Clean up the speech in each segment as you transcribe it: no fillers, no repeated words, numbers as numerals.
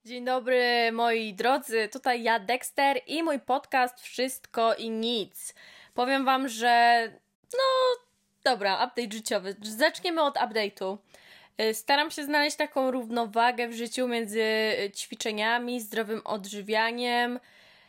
Dzień dobry moi drodzy, tutaj ja Dexter i mój podcast Wszystko i Nic. Powiem wam, że dobra, update życiowy. Zaczniemy od update'u. Staram się znaleźć taką równowagę w życiu między ćwiczeniami, zdrowym odżywianiem,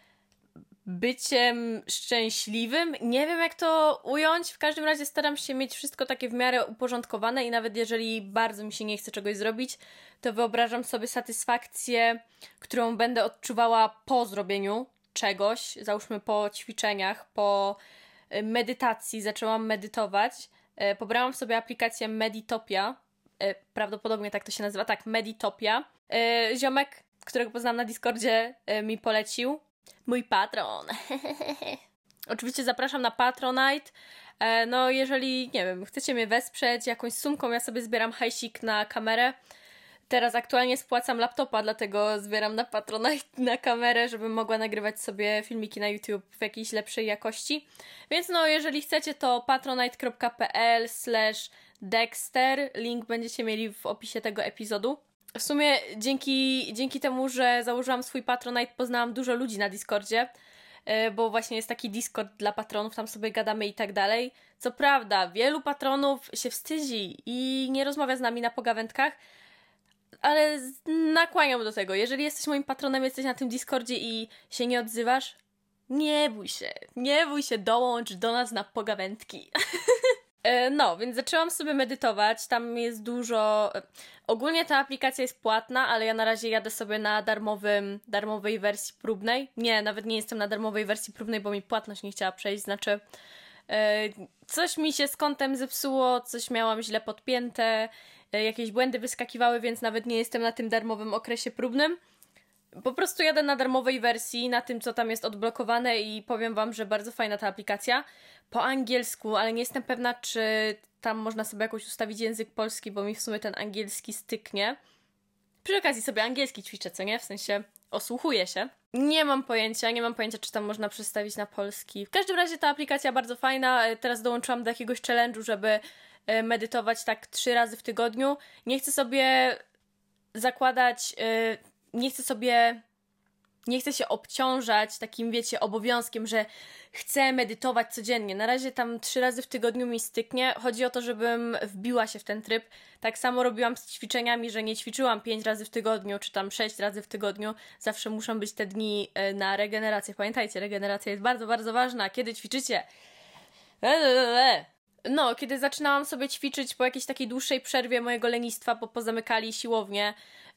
byciem szczęśliwym. Nie wiem jak to ująć, w każdym razie staram się mieć wszystko takie w miarę uporządkowane i nawet jeżeli bardzo mi się nie chce czegoś zrobić, to wyobrażam sobie satysfakcję, którą będę odczuwała po zrobieniu czegoś, załóżmy po ćwiczeniach, po medytacji, zaczęłam medytować. Pobrałam sobie aplikację Meditopia, prawdopodobnie tak to się nazywa, tak, Meditopia. Ziomek, którego poznałam na Discordzie, mi polecił. Mój patron. Oczywiście zapraszam na Patronite. No jeżeli, nie wiem, chcecie mnie wesprzeć jakąś sumką, ja sobie zbieram hajsik na kamerę. Teraz aktualnie spłacam laptopa, dlatego zbieram na Patronite na kamerę, żebym mogła nagrywać sobie filmiki na YouTube w jakiejś lepszej jakości. Więc no, jeżeli chcecie, to patronite.pl/Dexter. Link będziecie mieli w opisie tego epizodu. W sumie dzięki temu, że założyłam swój Patronite, poznałam dużo ludzi na Discordzie, bo właśnie jest taki Discord dla patronów, tam sobie gadamy i tak dalej. Co prawda, wielu patronów się wstydzi i nie rozmawia z nami na pogawędkach, ale nakłaniam do tego. Jeżeli jesteś moim patronem, jesteś na tym Discordzie i się nie odzywasz, nie bój się, dołącz do nas na pogawędki. No, więc zaczęłam sobie medytować, tam jest dużo... Ogólnie ta aplikacja jest płatna, ale ja na razie jadę sobie na darmowej wersji próbnej. Nie, nawet nie jestem na darmowej wersji próbnej, bo mi płatność nie chciała przejść, znaczy... Coś mi się z kontem zepsuło, coś miałam źle podpięte, jakieś błędy wyskakiwały, więc nawet nie jestem na tym darmowym okresie próbnym. Po prostu jadę na darmowej wersji, na tym co tam jest odblokowane i powiem wam, że bardzo fajna ta aplikacja. Po angielsku, ale nie jestem pewna, czy tam można sobie jakoś ustawić język polski, bo mi w sumie ten angielski styknie. Przy okazji sobie angielski ćwiczę, co nie? W sensie osłuchuję się. Nie mam pojęcia, czy tam można przestawić na polski. W każdym razie ta aplikacja bardzo fajna. Teraz dołączyłam do jakiegoś challenge'u, żeby medytować tak 3 razy w tygodniu. Nie chcę sobie zakładać... Nie chcę się obciążać takim, wiecie, obowiązkiem, że chcę medytować codziennie. Na razie tam 3 razy w tygodniu mi styknie. Chodzi o to, żebym wbiła się w ten tryb. Tak samo robiłam z ćwiczeniami, że nie ćwiczyłam 5 razy w tygodniu, czy tam 6 razy w tygodniu. Zawsze muszą być te dni na regenerację. Pamiętajcie, regeneracja jest bardzo, bardzo ważna. Kiedy ćwiczycie? No, kiedy zaczynałam sobie ćwiczyć po jakiejś takiej dłuższej przerwie mojego lenistwa, bo pozamykali siłownię,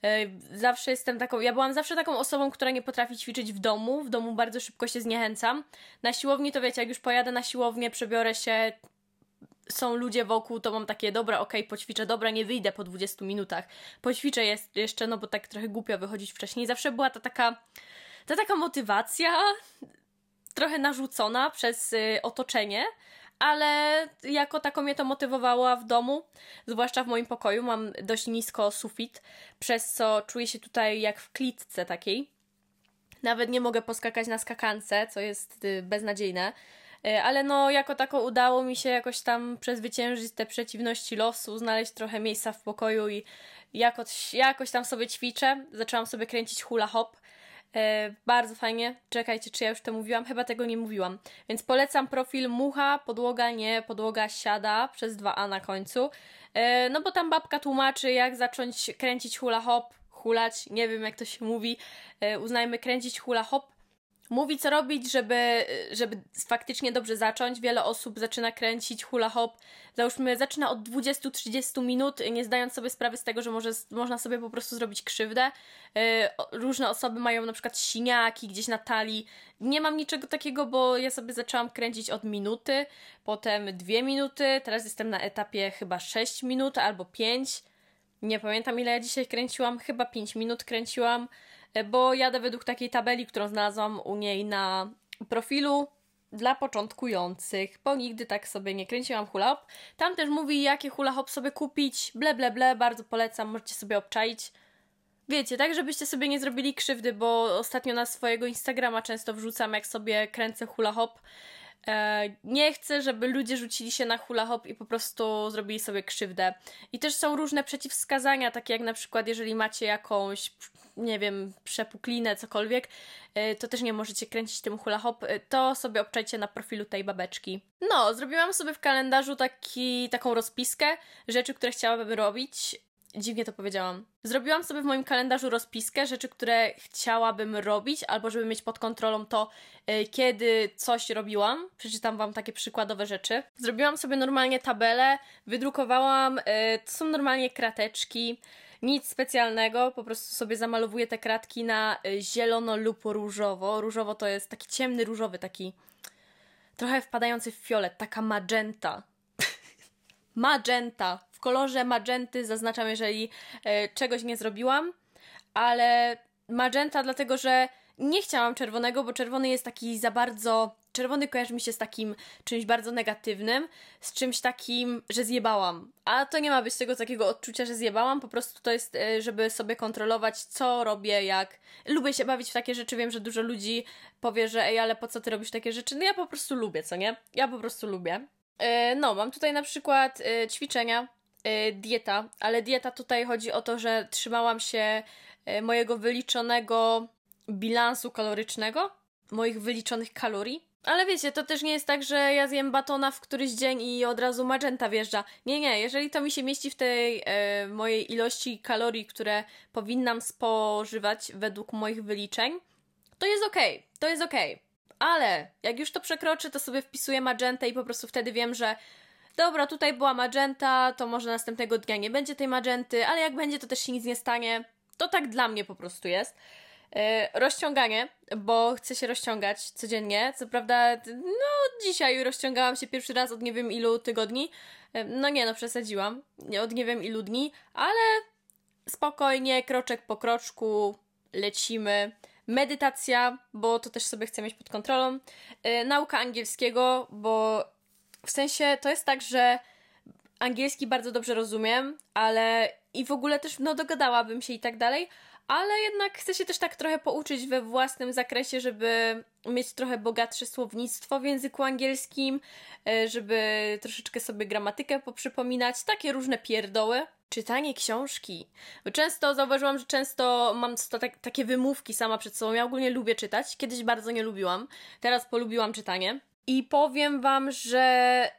ja byłam zawsze taką osobą, która nie potrafi ćwiczyć w domu bardzo szybko się zniechęcam. Na siłowni to wiecie, jak już pojadę na siłownię, przebiorę się, są ludzie wokół, to mam takie, dobra, okej, poćwiczę, dobra, nie wyjdę po 20 minutach, poćwiczę jeszcze, no bo tak trochę głupio wychodzić wcześniej. Zawsze była ta taka motywacja, trochę narzucona przez otoczenie, ale jako tako mnie to motywowało w domu, zwłaszcza w moim pokoju. Mam dość nisko sufit, przez co czuję się tutaj jak w klitce takiej. Nawet nie mogę poskakać na skakance, co jest beznadziejne. Ale no jako tako udało mi się jakoś tam przezwyciężyć te przeciwności losu, znaleźć trochę miejsca w pokoju i jakoś tam sobie ćwiczę. Zaczęłam sobie kręcić hula hop. Bardzo fajnie. Czekajcie, czy ja już to mówiłam? Chyba tego nie mówiłam. Więc polecam profil Mucha, podłoga siada przez 2A na końcu. No bo tam babka tłumaczy, jak zacząć kręcić hula hop, hulać, nie wiem jak to się mówi. Uznajmy kręcić hula hop. Mówi co robić, żeby faktycznie dobrze zacząć. Wiele osób zaczyna kręcić hula hop. Załóżmy, zaczyna od 20-30 minut, nie zdając sobie sprawy z tego, że można sobie po prostu zrobić krzywdę. Różne osoby mają na przykład siniaki gdzieś na talii. Nie mam niczego takiego, bo ja sobie zaczęłam kręcić od minuty, potem 2 minuty, teraz jestem na etapie chyba 6 minut albo 5. Nie pamiętam ile ja dzisiaj kręciłam, chyba 5 minut kręciłam, bo jadę według takiej tabeli, którą znalazłam u niej na profilu dla początkujących, bo nigdy tak sobie nie kręciłam hula hop. Tam też mówi, jakie hula hop sobie kupić, bardzo polecam, możecie sobie obczaić. Wiecie, tak żebyście sobie nie zrobili krzywdy, bo ostatnio na swojego Instagrama często wrzucam, jak sobie kręcę hula hop. Nie chcę, żeby ludzie rzucili się na hula hop i po prostu zrobili sobie krzywdę. I też są różne przeciwwskazania, takie jak na przykład jeżeli macie jakąś, nie wiem, przepuklinę, cokolwiek, to też nie możecie kręcić tym hula hop, to sobie obczajcie na profilu tej babeczki. No, zrobiłam sobie w kalendarzu taką rozpiskę rzeczy, które chciałabym robić. Dziwnie to powiedziałam. Zrobiłam sobie w moim kalendarzu rozpiskę rzeczy, które chciałabym robić, albo żeby mieć pod kontrolą to, kiedy coś robiłam. Przeczytam wam takie przykładowe rzeczy. Zrobiłam sobie normalnie tabelę, wydrukowałam, to są normalnie krateczki, nic specjalnego, po prostu sobie zamalowuję te kratki na zielono lub różowo. Różowo to jest taki ciemny różowy, taki trochę wpadający w fiolet, taka magenta. Magenta. W kolorze magenty zaznaczam, jeżeli czegoś nie zrobiłam, ale magenta dlatego, że nie chciałam czerwonego, bo czerwony jest taki za bardzo... Czerwony kojarzy mi się z takim czymś bardzo negatywnym, z czymś takim, że zjebałam. A to nie ma być tego takiego odczucia, że zjebałam, po prostu to jest, żeby sobie kontrolować, co robię, jak... Lubię się bawić w takie rzeczy, wiem, że dużo ludzi powie, że ej, ale po co ty robisz takie rzeczy? No ja po prostu lubię, co nie? Ja po prostu lubię. No, mam tutaj na przykład ćwiczenia, dieta, ale dieta tutaj chodzi o to, że trzymałam się mojego wyliczonego bilansu kalorycznego, moich wyliczonych kalorii. Ale wiecie, to też nie jest tak, że ja zjem batona w któryś dzień i od razu magenta wjeżdża. Nie, jeżeli to mi się mieści w tej mojej ilości kalorii, które powinnam spożywać według moich wyliczeń, to jest okej. Ale jak już to przekroczy, to sobie wpisuję magentę i po prostu wtedy wiem, że dobra, tutaj była magenta, to może następnego dnia nie będzie tej magenty, ale jak będzie, to też się nic nie stanie. To tak dla mnie po prostu jest. Rozciąganie, bo chcę się rozciągać codziennie. Co prawda, dzisiaj rozciągałam się pierwszy raz od nie wiem ilu tygodni. Przesadziłam. Od nie wiem ilu dni, ale spokojnie, kroczek po kroczku lecimy. Medytacja, bo to też sobie chcę mieć pod kontrolą. Nauka angielskiego, bo w sensie to jest tak, że angielski bardzo dobrze rozumiem, ale i w ogóle też dogadałabym się i tak dalej, ale jednak chcę się też tak trochę pouczyć we własnym zakresie, żeby mieć trochę bogatsze słownictwo w języku angielskim, żeby troszeczkę sobie gramatykę poprzypominać, takie różne pierdoły. Czytanie książki. Bo zauważyłam, że często mam takie wymówki sama przed sobą. Ja ogólnie lubię czytać. Kiedyś bardzo nie lubiłam. Teraz polubiłam czytanie. I powiem wam, że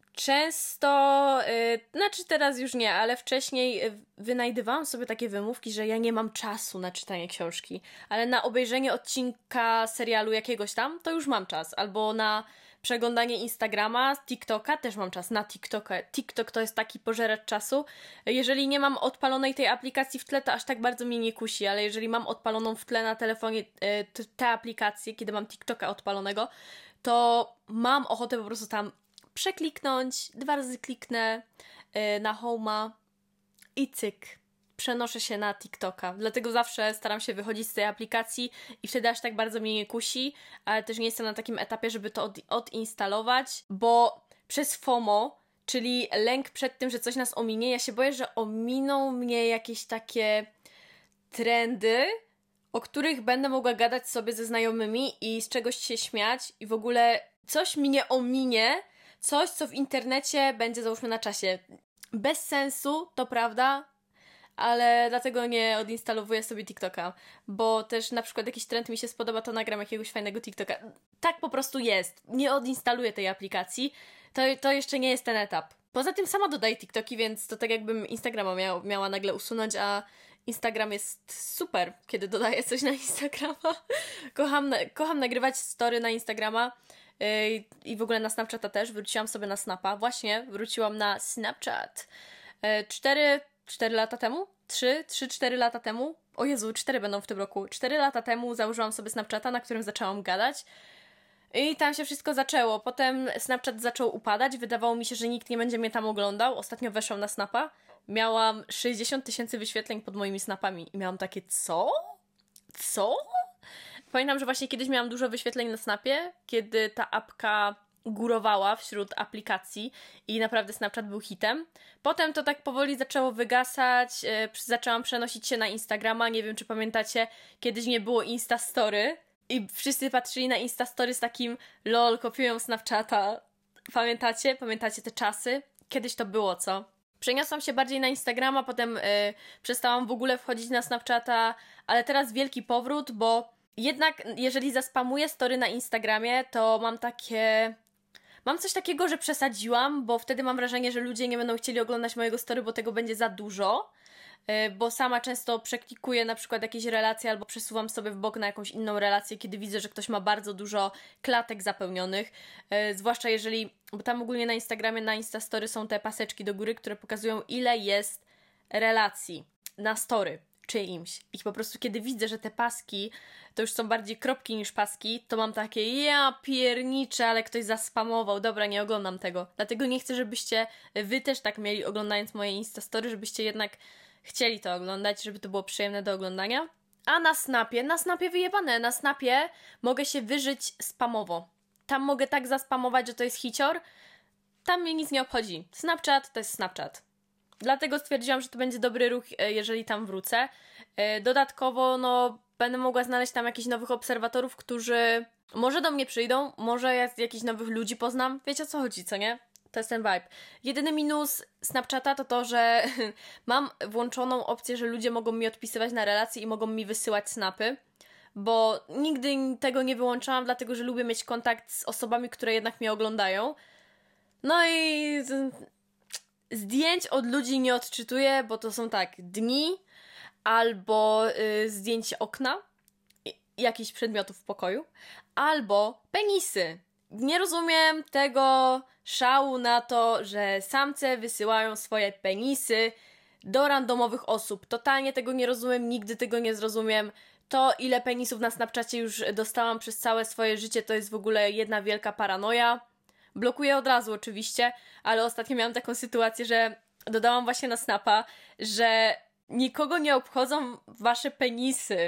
często, teraz już nie, ale wcześniej wynajdywałam sobie takie wymówki, że ja nie mam czasu na czytanie książki. Ale na obejrzenie odcinka serialu jakiegoś tam, to już mam czas. Albo na przeglądanie Instagrama, TikToka, też mam czas na TikToka. TikTok to jest taki pożeracz czasu. Jeżeli nie mam odpalonej tej aplikacji w tle, to aż tak bardzo mnie nie kusi, ale jeżeli mam odpaloną w tle na telefonie tę aplikację, kiedy mam TikToka odpalonego, to mam ochotę po prostu tam przekliknąć, 2 razy kliknę na Home'a i cyk. Przenoszę się na TikToka. Dlatego zawsze staram się wychodzić z tej aplikacji i wtedy aż tak bardzo mnie nie kusi, ale też nie jestem na takim etapie, żeby to odinstalować, bo przez FOMO, czyli lęk przed tym, że coś nas ominie, ja się boję, że ominą mnie jakieś takie trendy, o których będę mogła gadać sobie ze znajomymi i z czegoś się śmiać i w ogóle coś mnie ominie, coś, co w internecie będzie załóżmy na czasie. Bez sensu, to prawda, ale dlatego nie odinstalowuję sobie TikToka, bo też na przykład jakiś trend mi się spodoba, to nagram jakiegoś fajnego TikToka. Tak po prostu jest. Nie odinstaluję tej aplikacji. To jeszcze nie jest ten etap. Poza tym sama dodaję TikToki, więc to tak jakbym Instagrama miała nagle usunąć, a Instagram jest super, kiedy dodaję coś na Instagrama. Kocham nagrywać story na Instagrama i w ogóle na Snapchata też. Wróciłam sobie na Snapa. Właśnie, wróciłam na Snapchat. 4 lata temu? 3-4 lata temu? O Jezu, 4 będą w tym roku. 4 lata temu założyłam sobie Snapchata, na którym zaczęłam gadać. I tam się wszystko zaczęło. Potem Snapchat zaczął upadać. Wydawało mi się, że nikt nie będzie mnie tam oglądał. Ostatnio weszłam na Snapa. Miałam 60 000 wyświetleń pod moimi Snapami. I miałam takie, co? Co? Pamiętam, że właśnie kiedyś miałam dużo wyświetleń na Snapie, kiedy ta apka górowała wśród aplikacji i naprawdę Snapchat był hitem. Potem to tak powoli zaczęło wygasać, zaczęłam przenosić się na Instagrama, nie wiem czy pamiętacie, kiedyś nie było Instastory, I wszyscy patrzyli na Instastory z takim lol, kopiują Snapchata. Pamiętacie? Pamiętacie te czasy? Kiedyś to było, co? Przeniosłam się bardziej na Instagrama, potem przestałam w ogóle wchodzić na Snapchata, ale teraz wielki powrót, bo jednak jeżeli zaspamuję story na Instagramie, to mam coś takiego, że przesadziłam, bo wtedy mam wrażenie, że ludzie nie będą chcieli oglądać mojego story, bo tego będzie za dużo. Bo sama często przeklikuję na przykład jakieś relacje albo przesuwam sobie w bok na jakąś inną relację, kiedy widzę, że ktoś ma bardzo dużo klatek zapełnionych, zwłaszcza jeżeli, bo tam ogólnie na Instagramie, na Instastory są te paseczki do góry, które pokazują, ile jest relacji na story czyimś. I po prostu kiedy widzę, że te paski to już są bardziej kropki niż paski, to mam takie, ja pierniczę, ale ktoś zaspamował, dobra, nie oglądam tego. Dlatego nie chcę, żebyście wy też tak mieli, oglądając moje Instastory, żebyście jednak chcieli to oglądać, żeby to było przyjemne do oglądania. A na Snapie wyjebane, na Snapie mogę się wyżyć spamowo. Tam mogę tak zaspamować, że to jest hicior. Tam mnie nic nie obchodzi. Snapchat to jest Snapchat. Dlatego stwierdziłam, że to będzie dobry ruch, jeżeli tam wrócę. Dodatkowo, będę mogła znaleźć tam jakichś nowych obserwatorów, którzy może do mnie przyjdą, może ja jakichś nowych ludzi poznam. Wiecie, o co chodzi, co nie? To jest ten vibe. Jedyny minus Snapchata to, że mam włączoną opcję, że ludzie mogą mi odpisywać na relacje i mogą mi wysyłać snapy, bo nigdy tego nie wyłączałam, dlatego że lubię mieć kontakt z osobami, które jednak mnie oglądają. No i zdjęć od ludzi nie odczytuję, bo to są tak dni albo zdjęcie okna, jakichś przedmiotów w pokoju, albo penisy. Nie rozumiem tego szału na to, że samce wysyłają swoje penisy do randomowych osób. Totalnie tego nie rozumiem, nigdy tego nie zrozumiem. To, ile penisów na Snapchacie już dostałam przez całe swoje życie, to jest w ogóle jedna wielka paranoja. Blokuję od razu oczywiście, ale ostatnio miałam taką sytuację, że dodałam właśnie na Snapa, że nikogo nie obchodzą wasze penisy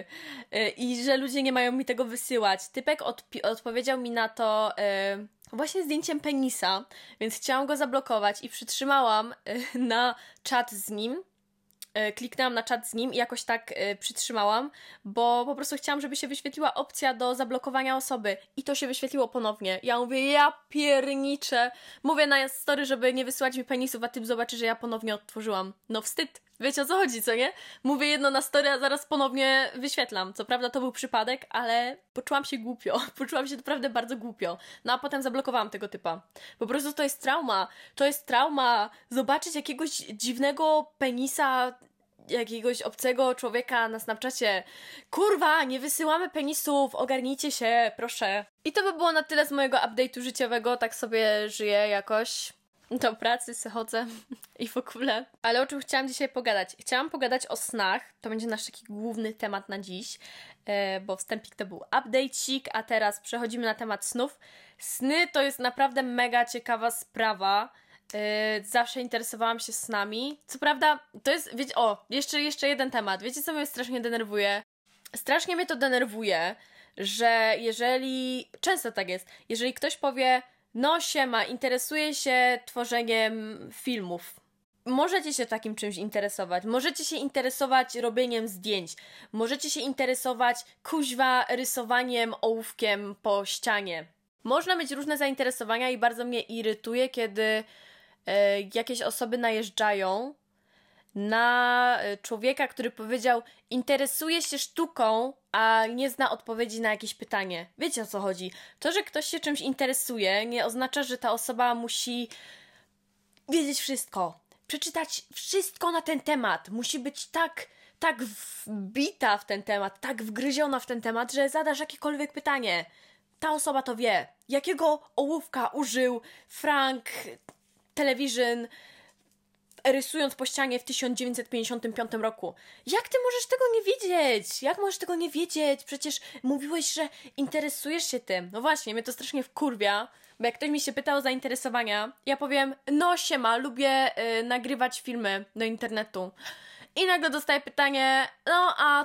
i że ludzie nie mają mi tego wysyłać. Typek odpowiedział mi na to właśnie zdjęciem penisa, więc chciałam go zablokować i przytrzymałam na czat z nim. Kliknęłam na czat z nim i jakoś tak przytrzymałam, bo po prostu chciałam, żeby się wyświetliła opcja do zablokowania osoby i to się wyświetliło ponownie. Ja mówię, ja pierniczę. Mówię na story, żeby nie wysyłać mi penisów, a typ zobaczy, że ja ponownie odtworzyłam. No wstyd. Wiecie, o co chodzi, co nie? Mówię jedno na story, a zaraz ponownie wyświetlam. Co prawda to był przypadek, ale poczułam się głupio. Poczułam się naprawdę bardzo głupio. No a potem zablokowałam tego typa. Po prostu to jest trauma. To jest trauma. Zobaczyć jakiegoś dziwnego penisa, jakiegoś obcego człowieka na Snapchacie. Kurwa, nie wysyłamy penisów, ogarnijcie się, proszę. I to by było na tyle z mojego update'u życiowego. Tak sobie żyję jakoś. Do pracy se chodzę i w ogóle. Ale o czym chciałam dzisiaj pogadać? Chciałam pogadać o snach. To będzie nasz taki główny temat na dziś, bo wstępik to był update'ik, a teraz przechodzimy na temat snów. Sny to jest naprawdę mega ciekawa sprawa. Zawsze interesowałam się snami. Co prawda, to jest, wiecie, jeszcze jeden temat. Wiecie, co mnie strasznie denerwuje? Strasznie mnie to denerwuje, że często tak jest, jeżeli ktoś powie, no siema, interesuję się tworzeniem filmów. Możecie się takim czymś interesować. Możecie się interesować robieniem zdjęć. Możecie się interesować kuźwa rysowaniem ołówkiem po ścianie. Można mieć różne zainteresowania i bardzo mnie irytuje, kiedy jakieś osoby najeżdżają na człowieka, który powiedział, interesuje się sztuką, a nie zna odpowiedzi na jakieś pytanie. Wiecie, o co chodzi? To, że ktoś się czymś interesuje, nie oznacza, że ta osoba musi wiedzieć wszystko. Przeczytać wszystko na ten temat. Musi być tak wbita w ten temat, tak wgryziona w ten temat, że zadasz jakiekolwiek pytanie. Ta osoba to wie. Jakiego ołówka użył Frank Television, rysując po ścianie w 1955 roku. Jak ty możesz tego nie wiedzieć? Jak możesz tego nie wiedzieć? Przecież mówiłeś, że interesujesz się tym. No właśnie, mnie to strasznie wkurwia, bo jak ktoś mi się pyta o zainteresowania, ja powiem, no siema, lubię nagrywać filmy do internetu. I nagle dostaję pytanie, no a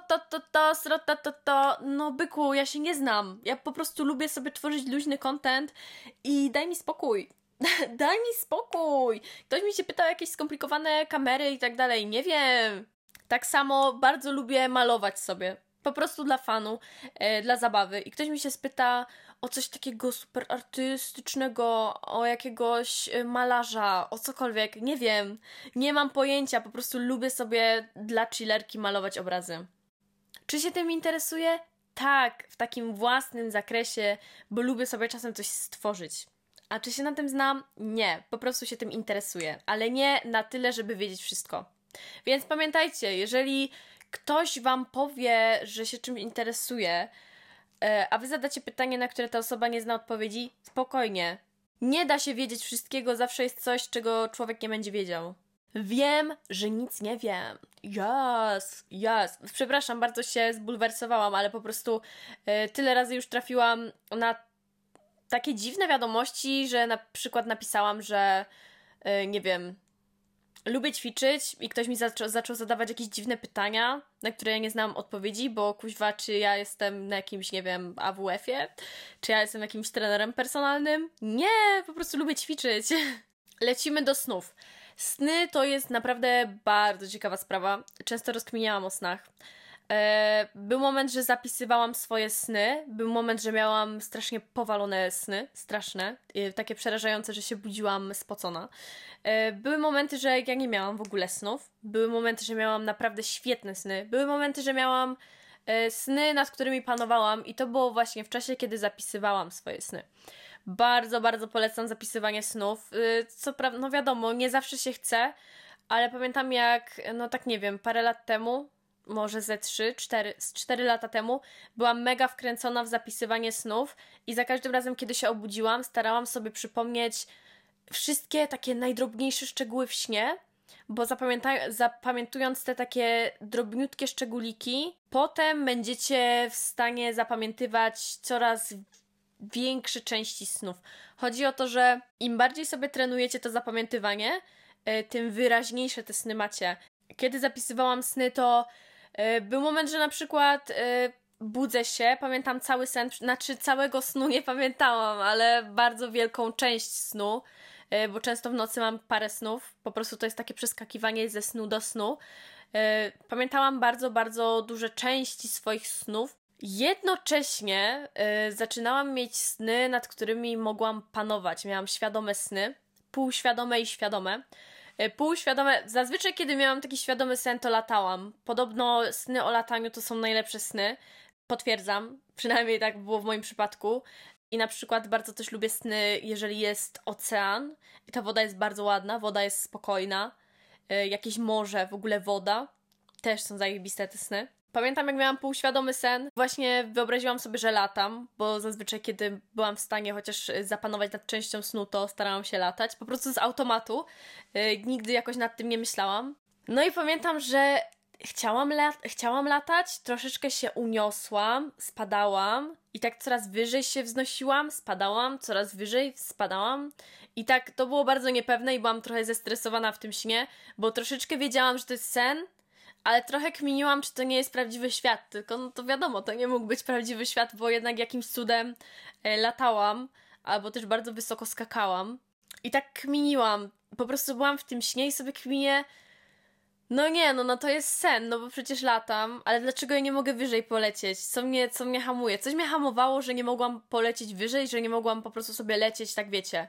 no byku, ja się nie znam. Ja po prostu lubię sobie tworzyć luźny content i daj mi spokój. Daj mi spokój! Ktoś mi się pytał o jakieś skomplikowane kamery i tak dalej. Nie wiem. Tak samo bardzo lubię malować sobie. po prostu dla fanu, dla zabawy i ktoś mi się spyta o coś takiego super artystycznego, o jakiegoś malarza, o cokolwiek, nie wiem, nie mam pojęcia, po prostu lubię sobie dla chillerki malować obrazy. Czy się tym interesuję? Tak, w takim własnym zakresie, bo lubię sobie czasem coś stworzyć. A czy się na tym znam? Nie, po prostu się tym interesuję, ale nie na tyle, żeby wiedzieć wszystko. Więc pamiętajcie, jeżeli ktoś wam powie, że się czymś interesuje, a wy zadacie pytanie, na które ta osoba nie zna odpowiedzi, spokojnie. Nie da się wiedzieć wszystkiego, zawsze jest coś, czego człowiek nie będzie wiedział. Wiem, że nic nie wiem. Yes. Przepraszam, bardzo się zbulwersowałam, ale po prostu tyle razy już trafiłam na takie dziwne wiadomości, że na przykład napisałam, że nie wiem, lubię ćwiczyć i ktoś mi zaczął zadawać jakieś dziwne pytania, na które ja nie znałam odpowiedzi, bo kuźwa, czy ja jestem na jakimś, nie wiem, AWF-ie? Czy ja jestem jakimś trenerem personalnym? Nie, po prostu lubię ćwiczyć. Lecimy do snów. Sny to jest naprawdę bardzo ciekawa sprawa. Często rozkminiałam o snach. Był moment, że zapisywałam swoje sny. Był moment, że miałam strasznie powalone sny. Straszne. Takie przerażające, że się budziłam spocona. Były momenty, że ja nie miałam w ogóle snów. Były momenty, że miałam naprawdę świetne sny. Były momenty, że miałam sny, nad którymi panowałam i to było właśnie w czasie, kiedy zapisywałam swoje sny. Bardzo, bardzo polecam zapisywanie snów. Co prawda, no wiadomo, nie zawsze się chce, ale pamiętam jak, no tak nie wiem, parę lat temu, może ze 4 lata temu, byłam mega wkręcona w zapisywanie snów i za każdym razem, kiedy się obudziłam, starałam sobie przypomnieć wszystkie takie najdrobniejsze szczegóły w śnie, bo zapamiętując te takie drobniutkie szczególiki, potem będziecie w stanie zapamiętywać coraz większe części snów. Chodzi o to, że im bardziej sobie trenujecie to zapamiętywanie, tym wyraźniejsze te sny macie. Kiedy zapisywałam sny, to był moment, że na przykład budzę się, pamiętam cały sen, znaczy całego snu nie pamiętałam, ale bardzo wielką część snu, bo często w nocy mam parę snów, po prostu to jest takie przeskakiwanie ze snu do snu. Pamiętałam bardzo, bardzo duże części swoich snów. Jednocześnie zaczynałam mieć sny, nad którymi mogłam panować. Miałam świadome sny, półświadome i świadome. Półświadome, zazwyczaj kiedy miałam taki świadomy sen, to latałam. Podobno sny o lataniu to są najlepsze sny. Potwierdzam, przynajmniej tak było w moim przypadku. I na przykład bardzo też lubię sny, jeżeli jest ocean i ta woda jest bardzo ładna, woda jest spokojna, jakieś morze, w ogóle woda. Też są zajebiste te sny. Pamiętam, jak miałam półświadomy sen, właśnie wyobraziłam sobie, że latam, bo zazwyczaj, kiedy byłam w stanie chociaż zapanować nad częścią snu, to starałam się latać, po prostu z automatu. Nigdy jakoś nad tym nie myślałam. No i pamiętam, że chciałam latać, troszeczkę się uniosłam, spadałam i tak coraz wyżej się wznosiłam, spadałam, coraz wyżej, spadałam. I tak to było bardzo niepewne i byłam trochę zestresowana w tym śnie, bo troszeczkę wiedziałam, że to jest sen, ale trochę kminiłam, czy to nie jest prawdziwy świat, tylko no to wiadomo, to nie mógł być prawdziwy świat, bo jednak jakimś cudem latałam, albo też bardzo wysoko skakałam. I tak kminiłam, po prostu byłam w tym śnie i sobie kminię, no nie, no to jest sen, no bo przecież latam, ale dlaczego ja nie mogę wyżej polecieć? Co mnie hamuje? Coś mnie hamowało, że nie mogłam polecieć wyżej, że nie mogłam po prostu sobie lecieć, tak wiecie,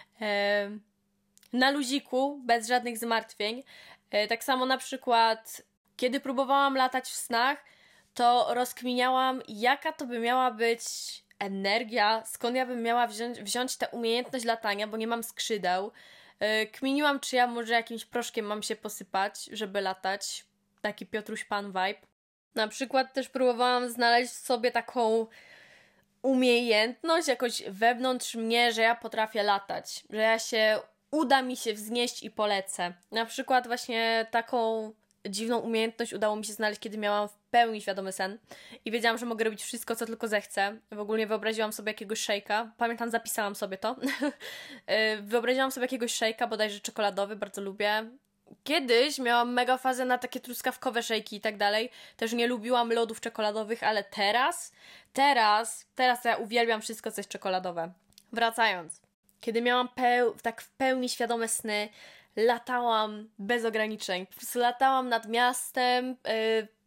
na luziku, bez żadnych zmartwień. Tak samo na przykład, kiedy próbowałam latać w snach, to rozkminiałam, jaka to by miała być energia, skąd ja bym miała wziąć tę umiejętność latania, bo nie mam skrzydeł. Kminiłam, czy ja może jakimś proszkiem mam się posypać, żeby latać. Taki Piotruś Pan vibe. Na przykład też próbowałam znaleźć w sobie taką umiejętność jakoś wewnątrz mnie, że ja potrafię latać. Że uda mi się wznieść i polecę. Na przykład właśnie taką dziwną umiejętność udało mi się znaleźć, kiedy miałam w pełni świadomy sen i wiedziałam, że mogę robić wszystko, co tylko zechcę. W ogóle wyobraziłam sobie jakiegoś szejka. Pamiętam, zapisałam sobie to. Wyobraziłam sobie jakiegoś szejka, bodajże czekoladowy, bardzo lubię. Kiedyś miałam mega fazę na takie truskawkowe szejki i tak dalej. Też nie lubiłam lodów czekoladowych, ale teraz ja uwielbiam wszystko, co jest czekoladowe. Wracając. Kiedy miałam tak w pełni świadome sny, latałam bez ograniczeń. Po prostu latałam nad miastem,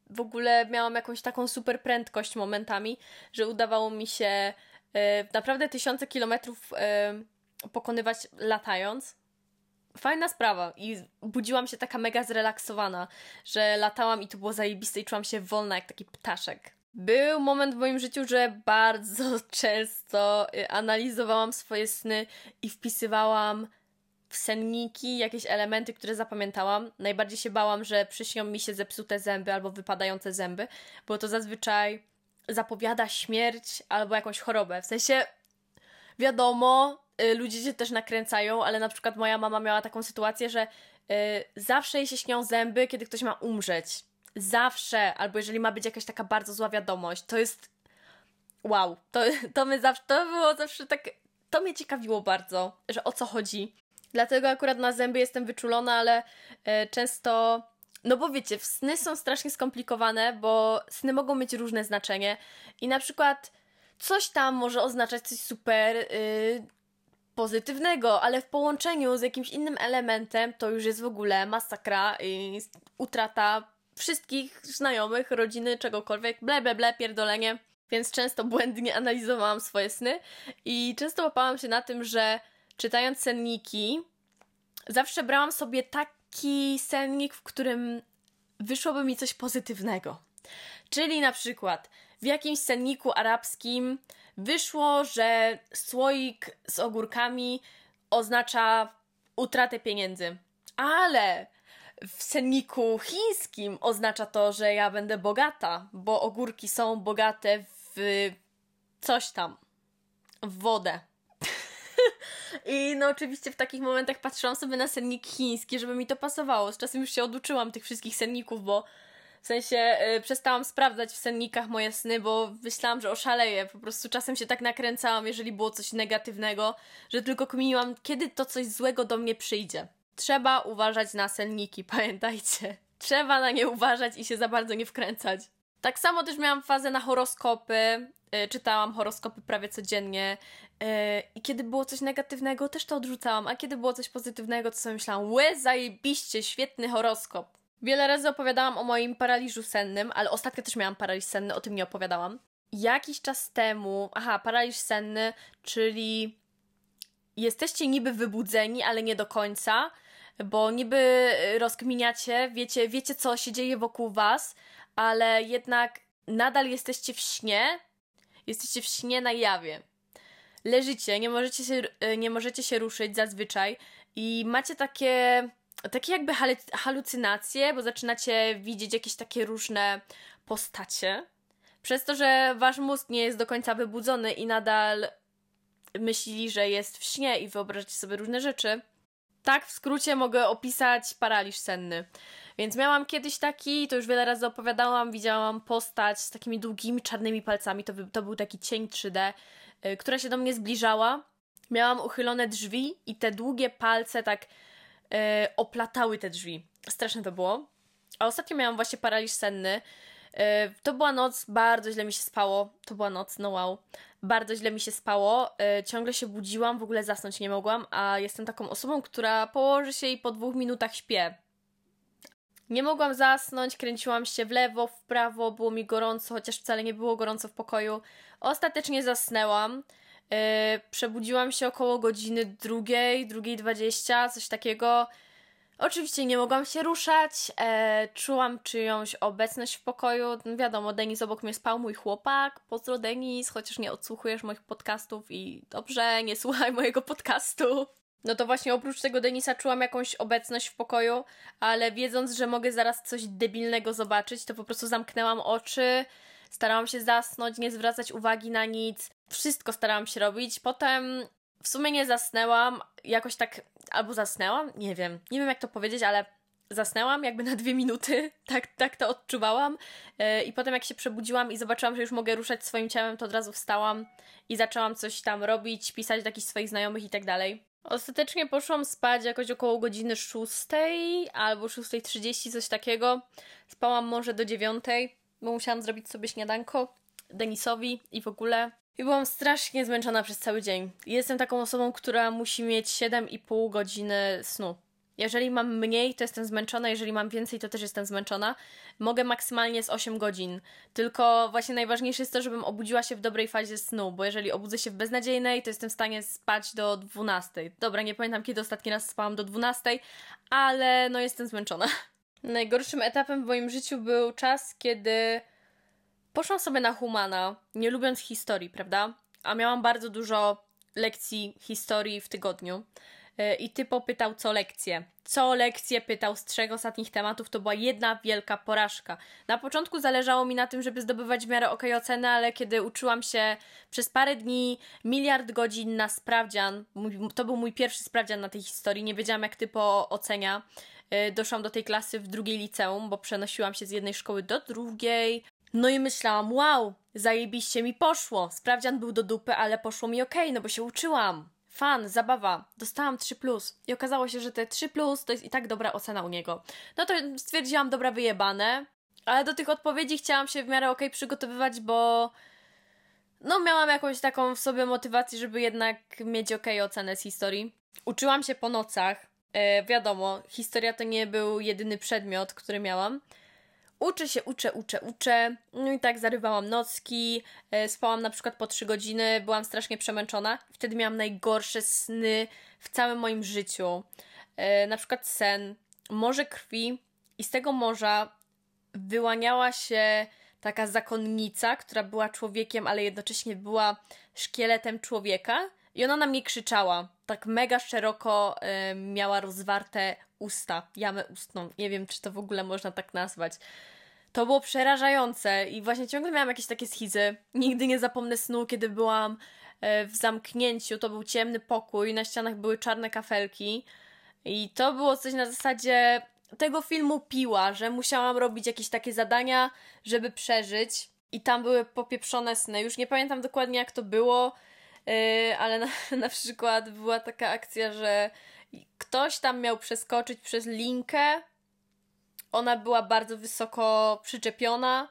w ogóle miałam jakąś taką super prędkość momentami, że udawało mi się naprawdę tysiące kilometrów pokonywać latając. Fajna sprawa i budziłam się taka mega zrelaksowana, że latałam i to było zajebiste i czułam się wolna jak taki ptaszek. Był moment w moim życiu, że bardzo często analizowałam swoje sny i wpisywałam w senniki jakieś elementy, które zapamiętałam. Najbardziej się bałam, że przyśnią mi się zepsute zęby albo wypadające zęby, bo to zazwyczaj zapowiada śmierć albo jakąś chorobę. W sensie, wiadomo, ludzie się też nakręcają, ale na przykład moja mama miała taką sytuację, że zawsze jej się śnią zęby, kiedy ktoś ma umrzeć. Zawsze, albo jeżeli ma być jakaś taka bardzo zła wiadomość. To jest... Wow. To było zawsze tak... To mnie ciekawiło bardzo, że o co chodzi. Dlatego akurat na zęby jestem wyczulona, ale często... No bo wiecie, sny są strasznie skomplikowane, bo sny mogą mieć różne znaczenie i na przykład coś tam może oznaczać coś super pozytywnego, ale w połączeniu z jakimś innym elementem to już jest w ogóle masakra i utrata wszystkich znajomych, rodziny, czegokolwiek, ble, pierdolenie. Więc często błędnie analizowałam swoje sny i często łapałam się na tym, że czytając senniki zawsze brałam sobie taki sennik, w którym wyszłoby mi coś pozytywnego. Czyli na przykład w jakimś senniku arabskim wyszło, że słoik z ogórkami oznacza utratę pieniędzy. Ale w senniku chińskim oznacza to, że ja będę bogata, bo ogórki są bogate w coś tam. W wodę. I no oczywiście w takich momentach patrzyłam sobie na sennik chiński, żeby mi to pasowało. Z czasem już się oduczyłam tych wszystkich senników, bo w sensie przestałam sprawdzać w sennikach moje sny, bo myślałam, że oszaleję. Po prostu czasem się tak nakręcałam, jeżeli było coś negatywnego, że tylko kminiłam, kiedy to coś złego do mnie przyjdzie. Trzeba uważać na senniki, pamiętajcie. Trzeba na nie uważać i się za bardzo nie wkręcać. Tak samo też miałam fazę na horoskopy. Czytałam horoskopy prawie codziennie i kiedy było coś negatywnego, też to odrzucałam, a kiedy było coś pozytywnego, to sobie myślałam, zajebiście, świetny horoskop. Wiele razy opowiadałam o moim paraliżu sennym, ale ostatnio też miałam paraliż senny, o tym nie opowiadałam. Jakiś czas temu, paraliż senny, czyli jesteście niby wybudzeni, ale nie do końca, bo niby rozkminiacie, wiecie co się dzieje wokół was, ale jednak nadal jesteście w śnie na jawie. Leżycie, nie możecie się ruszyć zazwyczaj i macie takie jakby halucynacje, bo zaczynacie widzieć jakieś takie różne postacie. Przez to, że wasz mózg nie jest do końca wybudzony i nadal myśli, że jest w śnie i wyobrażacie sobie różne rzeczy. Tak w skrócie mogę opisać paraliż senny. Więc miałam kiedyś taki, to już wiele razy opowiadałam, widziałam postać z takimi długimi czarnymi palcami, to był taki cień 3D, która się do mnie zbliżała. Miałam uchylone drzwi i te długie palce tak oplatały te drzwi. Straszne to było. A ostatnio miałam właśnie paraliż senny. To była noc, bardzo źle mi się spało. To była noc, no wow. Bardzo źle mi się spało. Ciągle się budziłam, w ogóle zasnąć nie mogłam, a jestem taką osobą, która położy się i po 2 minutach śpię. Nie mogłam zasnąć, kręciłam się w lewo, w prawo, było mi gorąco, chociaż wcale nie było gorąco w pokoju. Ostatecznie zasnęłam. Przebudziłam się około godziny 2:20, coś takiego. Oczywiście nie mogłam się ruszać, czułam czyjąś obecność w pokoju. Wiadomo, Denis obok mnie spał, mój chłopak. Pozdro Denis, chociaż nie odsłuchujesz moich podcastów i dobrze, nie słuchaj mojego podcastu. No to właśnie oprócz tego Denisa czułam jakąś obecność w pokoju, ale wiedząc, że mogę zaraz coś debilnego zobaczyć, to po prostu zamknęłam oczy, starałam się zasnąć, nie zwracać uwagi na nic. Wszystko starałam się robić. Potem w sumie nie zasnęłam, jakoś tak, albo zasnęłam, nie wiem jak to powiedzieć, ale zasnęłam jakby na 2 minuty, tak to odczuwałam. I potem jak się przebudziłam i zobaczyłam, że już mogę ruszać swoim ciałem, to od razu wstałam i zaczęłam coś tam robić, pisać do jakichś swoich znajomych i tak dalej. Ostatecznie poszłam spać jakoś około godziny 6 albo 6:30, coś takiego. Spałam może do 9, bo musiałam zrobić sobie śniadanko Denisowi i w ogóle. I byłam strasznie zmęczona przez cały dzień. Jestem taką osobą, która musi mieć 7,5 godziny snu. Jeżeli mam mniej, to jestem zmęczona, jeżeli mam więcej, to też jestem zmęczona. Mogę maksymalnie z 8 godzin. Tylko właśnie najważniejsze jest to, żebym obudziła się w dobrej fazie snu, bo jeżeli obudzę się w beznadziejnej, to jestem w stanie spać do 12. Dobra, nie pamiętam kiedy ostatni raz spałam do 12, ale no jestem zmęczona. Najgorszym etapem w moim życiu był czas, kiedy poszłam sobie na humana, nie lubiąc historii, prawda? A miałam bardzo dużo lekcji historii w tygodniu. I typo pytał co lekcję. Co lekcję pytał z 3 ostatnich tematów, to była jedna wielka porażka. Na początku zależało mi na tym, żeby zdobywać w miarę okej oceny, ale kiedy uczyłam się przez parę dni, miliard godzin na sprawdzian, to był mój pierwszy sprawdzian na tej historii, nie wiedziałam jak typo ocenia. Doszłam do tej klasy w drugiej liceum, bo przenosiłam się z jednej szkoły do drugiej. No i myślałam, wow, zajebiście mi poszło. Sprawdzian był do dupy, ale poszło mi okej, no bo się uczyłam. Fan, zabawa. Dostałam 3+. I okazało się, że te 3+ to jest i tak dobra ocena u niego. No to stwierdziłam, dobra, wyjebane. Ale do tych odpowiedzi chciałam się w miarę okej przygotowywać, bo no miałam jakąś taką w sobie motywację, żeby jednak mieć okej ocenę z historii. Uczyłam się po nocach. Wiadomo, historia to nie był jedyny przedmiot, który miałam. Uczę się, uczę. No i tak zarywałam nocki, spałam na przykład po 3 godziny, byłam strasznie przemęczona. Wtedy miałam najgorsze sny w całym moim życiu. Na przykład sen, morze krwi i z tego morza wyłaniała się taka zakonnica, która była człowiekiem, ale jednocześnie była szkieletem człowieka i ona na mnie krzyczała. Tak mega szeroko miała rozwarte usta, jamę ustną. Nie wiem, czy to w ogóle można tak nazwać. To było przerażające i właśnie ciągle miałam jakieś takie schizy. Nigdy nie zapomnę snu, kiedy byłam w zamknięciu. To był ciemny pokój, na ścianach były czarne kafelki i to było coś na zasadzie tego filmu Piła, że musiałam robić jakieś takie zadania, żeby przeżyć i tam były popieprzone sny. Już nie pamiętam dokładnie jak to było, ale na przykład była taka akcja, że ktoś tam miał przeskoczyć przez linkę. Ona była bardzo wysoko przyczepiona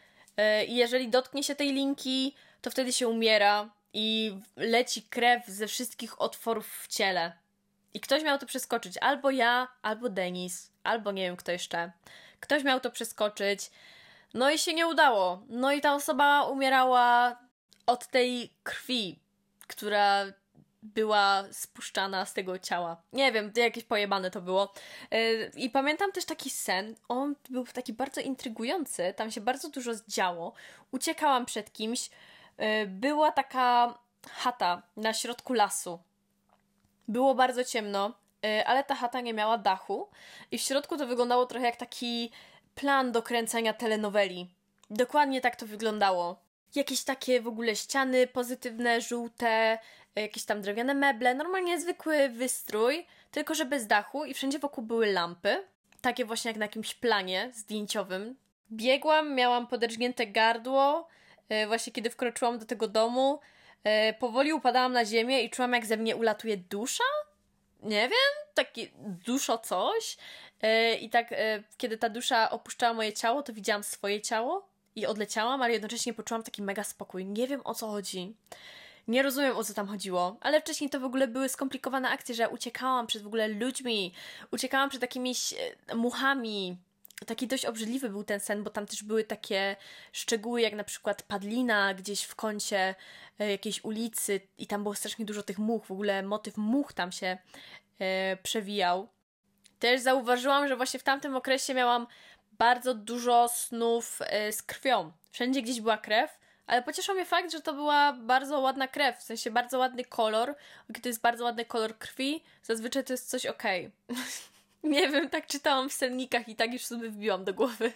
i jeżeli dotknie się tej linki, to wtedy się umiera i leci krew ze wszystkich otworów w ciele. I ktoś miał to przeskoczyć. Albo ja, albo Denis, albo nie wiem kto jeszcze. Ktoś miał to przeskoczyć. No i się nie udało. No i ta osoba umierała od tej krwi, która była spuszczana z tego ciała. Nie wiem, jakieś pojebane to było. I pamiętam też taki sen. On był taki bardzo intrygujący. Tam się bardzo dużo działo. Uciekałam przed kimś. Była taka chata na środku lasu. Było bardzo ciemno, ale ta chata nie miała dachu. I w środku to wyglądało trochę jak taki plan do kręcenia telenoweli. Dokładnie tak to wyglądało. Jakieś takie w ogóle ściany pozytywne, żółte, jakieś tam drewniane meble, normalnie zwykły wystrój, tylko że bez dachu i wszędzie wokół były lampy, takie właśnie jak na jakimś planie zdjęciowym. Biegłam, miałam poderżnięte gardło, właśnie kiedy wkroczyłam do tego domu, powoli upadałam na ziemię i czułam jak ze mnie ulatuje dusza? Nie wiem, taki duszo coś. I tak kiedy ta dusza opuszczała moje ciało, to widziałam swoje ciało i odleciałam, ale jednocześnie poczułam taki mega spokój. Nie wiem o co chodzi. Nie rozumiem o co tam chodziło, ale wcześniej to w ogóle były skomplikowane akcje, że ja uciekałam przed w ogóle ludźmi, uciekałam przed jakimiś muchami. Taki dość obrzydliwy był ten sen, bo tam też były takie szczegóły, jak na przykład padlina gdzieś w kącie jakiejś ulicy i tam było strasznie dużo tych much, w ogóle motyw much tam się przewijał. Też zauważyłam, że właśnie w tamtym okresie miałam bardzo dużo snów z krwią. Wszędzie gdzieś była krew, ale pocieszał mnie fakt, że to była bardzo ładna krew, w sensie bardzo ładny kolor. Kiedy to jest bardzo ładny kolor krwi, zazwyczaj to jest coś okej. Nie wiem, tak czytałam w sennikach i tak już sobie wbiłam do głowy.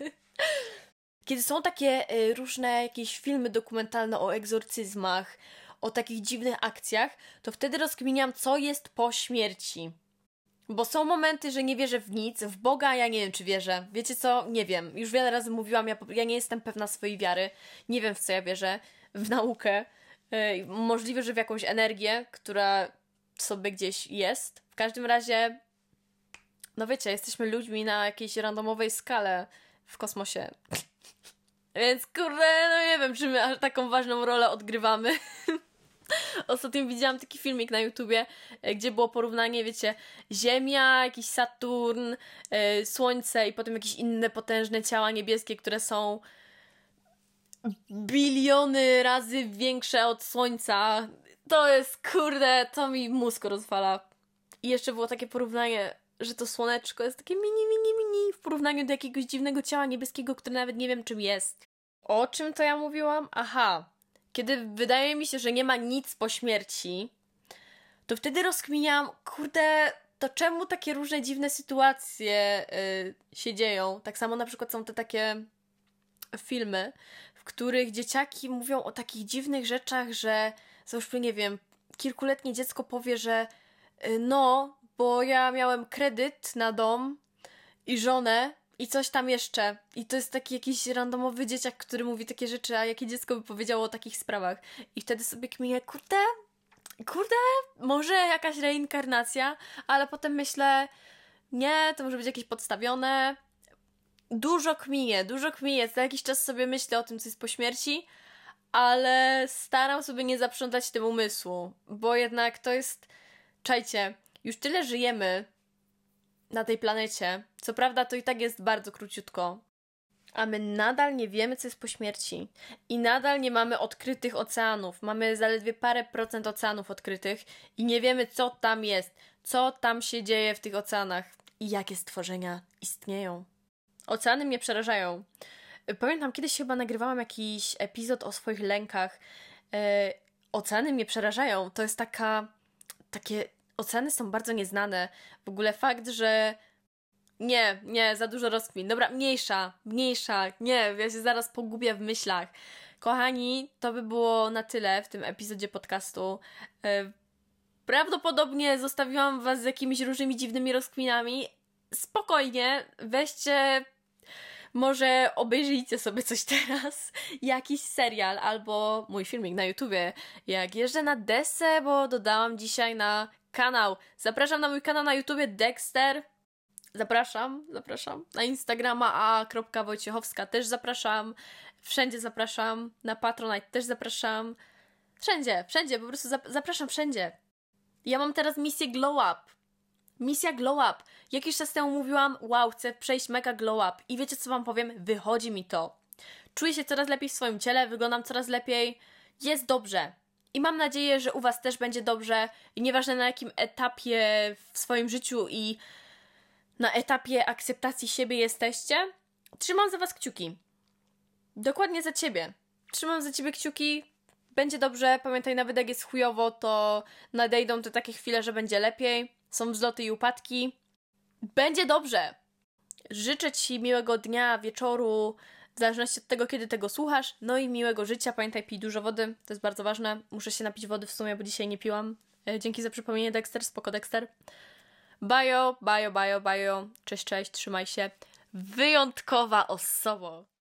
Kiedy są takie różne jakieś filmy dokumentalne o egzorcyzmach, o takich dziwnych akcjach, to wtedy rozkminiam, co jest po śmierci. Bo są momenty, że nie wierzę w nic, w Boga ja nie wiem, czy wierzę. Wiecie co? Nie wiem. Już wiele razy mówiłam, ja nie jestem pewna swojej wiary. Nie wiem, w co ja wierzę. W naukę. Możliwe, że w jakąś energię, która sobie gdzieś jest. W każdym razie, no wiecie, jesteśmy ludźmi na jakiejś randomowej skale w kosmosie. Więc kurde, no nie wiem, czy my aż taką ważną rolę odgrywamy. Ostatnio widziałam taki filmik na YouTubie, gdzie było porównanie, wiecie, Ziemia, jakiś Saturn, Słońce i potem jakieś inne potężne ciała niebieskie, które są biliony razy większe od Słońca. To jest, kurde, to mi mózg rozwala. I jeszcze było takie porównanie, że to Słoneczko jest takie mini w porównaniu do jakiegoś dziwnego ciała niebieskiego, które nawet nie wiem czym jest. O czym to ja mówiłam? Aha. Kiedy wydaje mi się, że nie ma nic po śmierci, to wtedy rozkminiałam, kurde, to czemu takie różne dziwne sytuacje się dzieją? Tak samo na przykład są te takie filmy, w których dzieciaki mówią o takich dziwnych rzeczach, że załóżmy, nie wiem, kilkuletnie dziecko powie, że no, bo ja miałem kredyt na dom i żonę i coś tam jeszcze. I to jest taki jakiś randomowy dzieciak, który mówi takie rzeczy, a jakie dziecko by powiedziało o takich sprawach. I wtedy sobie kminię, kurde, może jakaś reinkarnacja, ale potem myślę, nie, to może być jakieś podstawione. Dużo kminię. Co jakiś czas sobie myślę o tym, co jest po śmierci, ale staram sobie nie zaprzątać tym umysłu, bo jednak to jest... Czajcie, już tyle żyjemy na tej planecie. Co prawda to i tak jest bardzo króciutko. A my nadal nie wiemy, co jest po śmierci. I nadal nie mamy odkrytych oceanów. Mamy zaledwie parę procent oceanów odkrytych i nie wiemy, co tam jest. Co tam się dzieje w tych oceanach i jakie stworzenia istnieją. Oceany mnie przerażają. Pamiętam, kiedyś chyba nagrywałam jakiś epizod o swoich lękach. Oceany mnie przerażają. To jest takie oceany są bardzo nieznane. W ogóle fakt, że nie, za dużo rozkmin. Dobra, mniejsza, nie, ja się zaraz pogubię w myślach. Kochani, to by było na tyle w tym epizodzie podcastu. Prawdopodobnie zostawiłam was z jakimiś różnymi dziwnymi rozkminami. Spokojnie, weźcie... Może obejrzyjcie sobie coś teraz, jakiś serial albo mój filmik na YouTubie, jak jeżdżę na desce, bo dodałam dzisiaj na kanał. Zapraszam na mój kanał na YouTubie Dexter. Zapraszam. Na Instagrama a.wojciechowska też zapraszam. Wszędzie zapraszam. Na Patronite też zapraszam. Wszędzie, po prostu zapraszam wszędzie. Ja mam teraz misję Glow Up. Misja Glow Up. Jakiś czas temu mówiłam, wow, chcę przejść mega Glow Up. I wiecie, co wam powiem? Wychodzi mi to. Czuję się coraz lepiej w swoim ciele, wyglądam coraz lepiej. Jest dobrze. I mam nadzieję, że u was też będzie dobrze. I nieważne na jakim etapie w swoim życiu i na etapie akceptacji siebie jesteście, trzymam za was kciuki. Dokładnie za ciebie. Trzymam za ciebie kciuki. Będzie dobrze. Pamiętaj, nawet jak jest chujowo, to nadejdą te takie chwile, że będzie lepiej. Są wzloty i upadki. Będzie dobrze. Życzę ci miłego dnia, wieczoru, w zależności od tego, kiedy tego słuchasz. No i miłego życia. Pamiętaj, pij dużo wody. To jest bardzo ważne. Muszę się napić wody w sumie, bo dzisiaj nie piłam. Dzięki za przypomnienie, Dexter. Spoko, Dexter. Bajo. Cześć. Trzymaj się. Wyjątkowa osoba.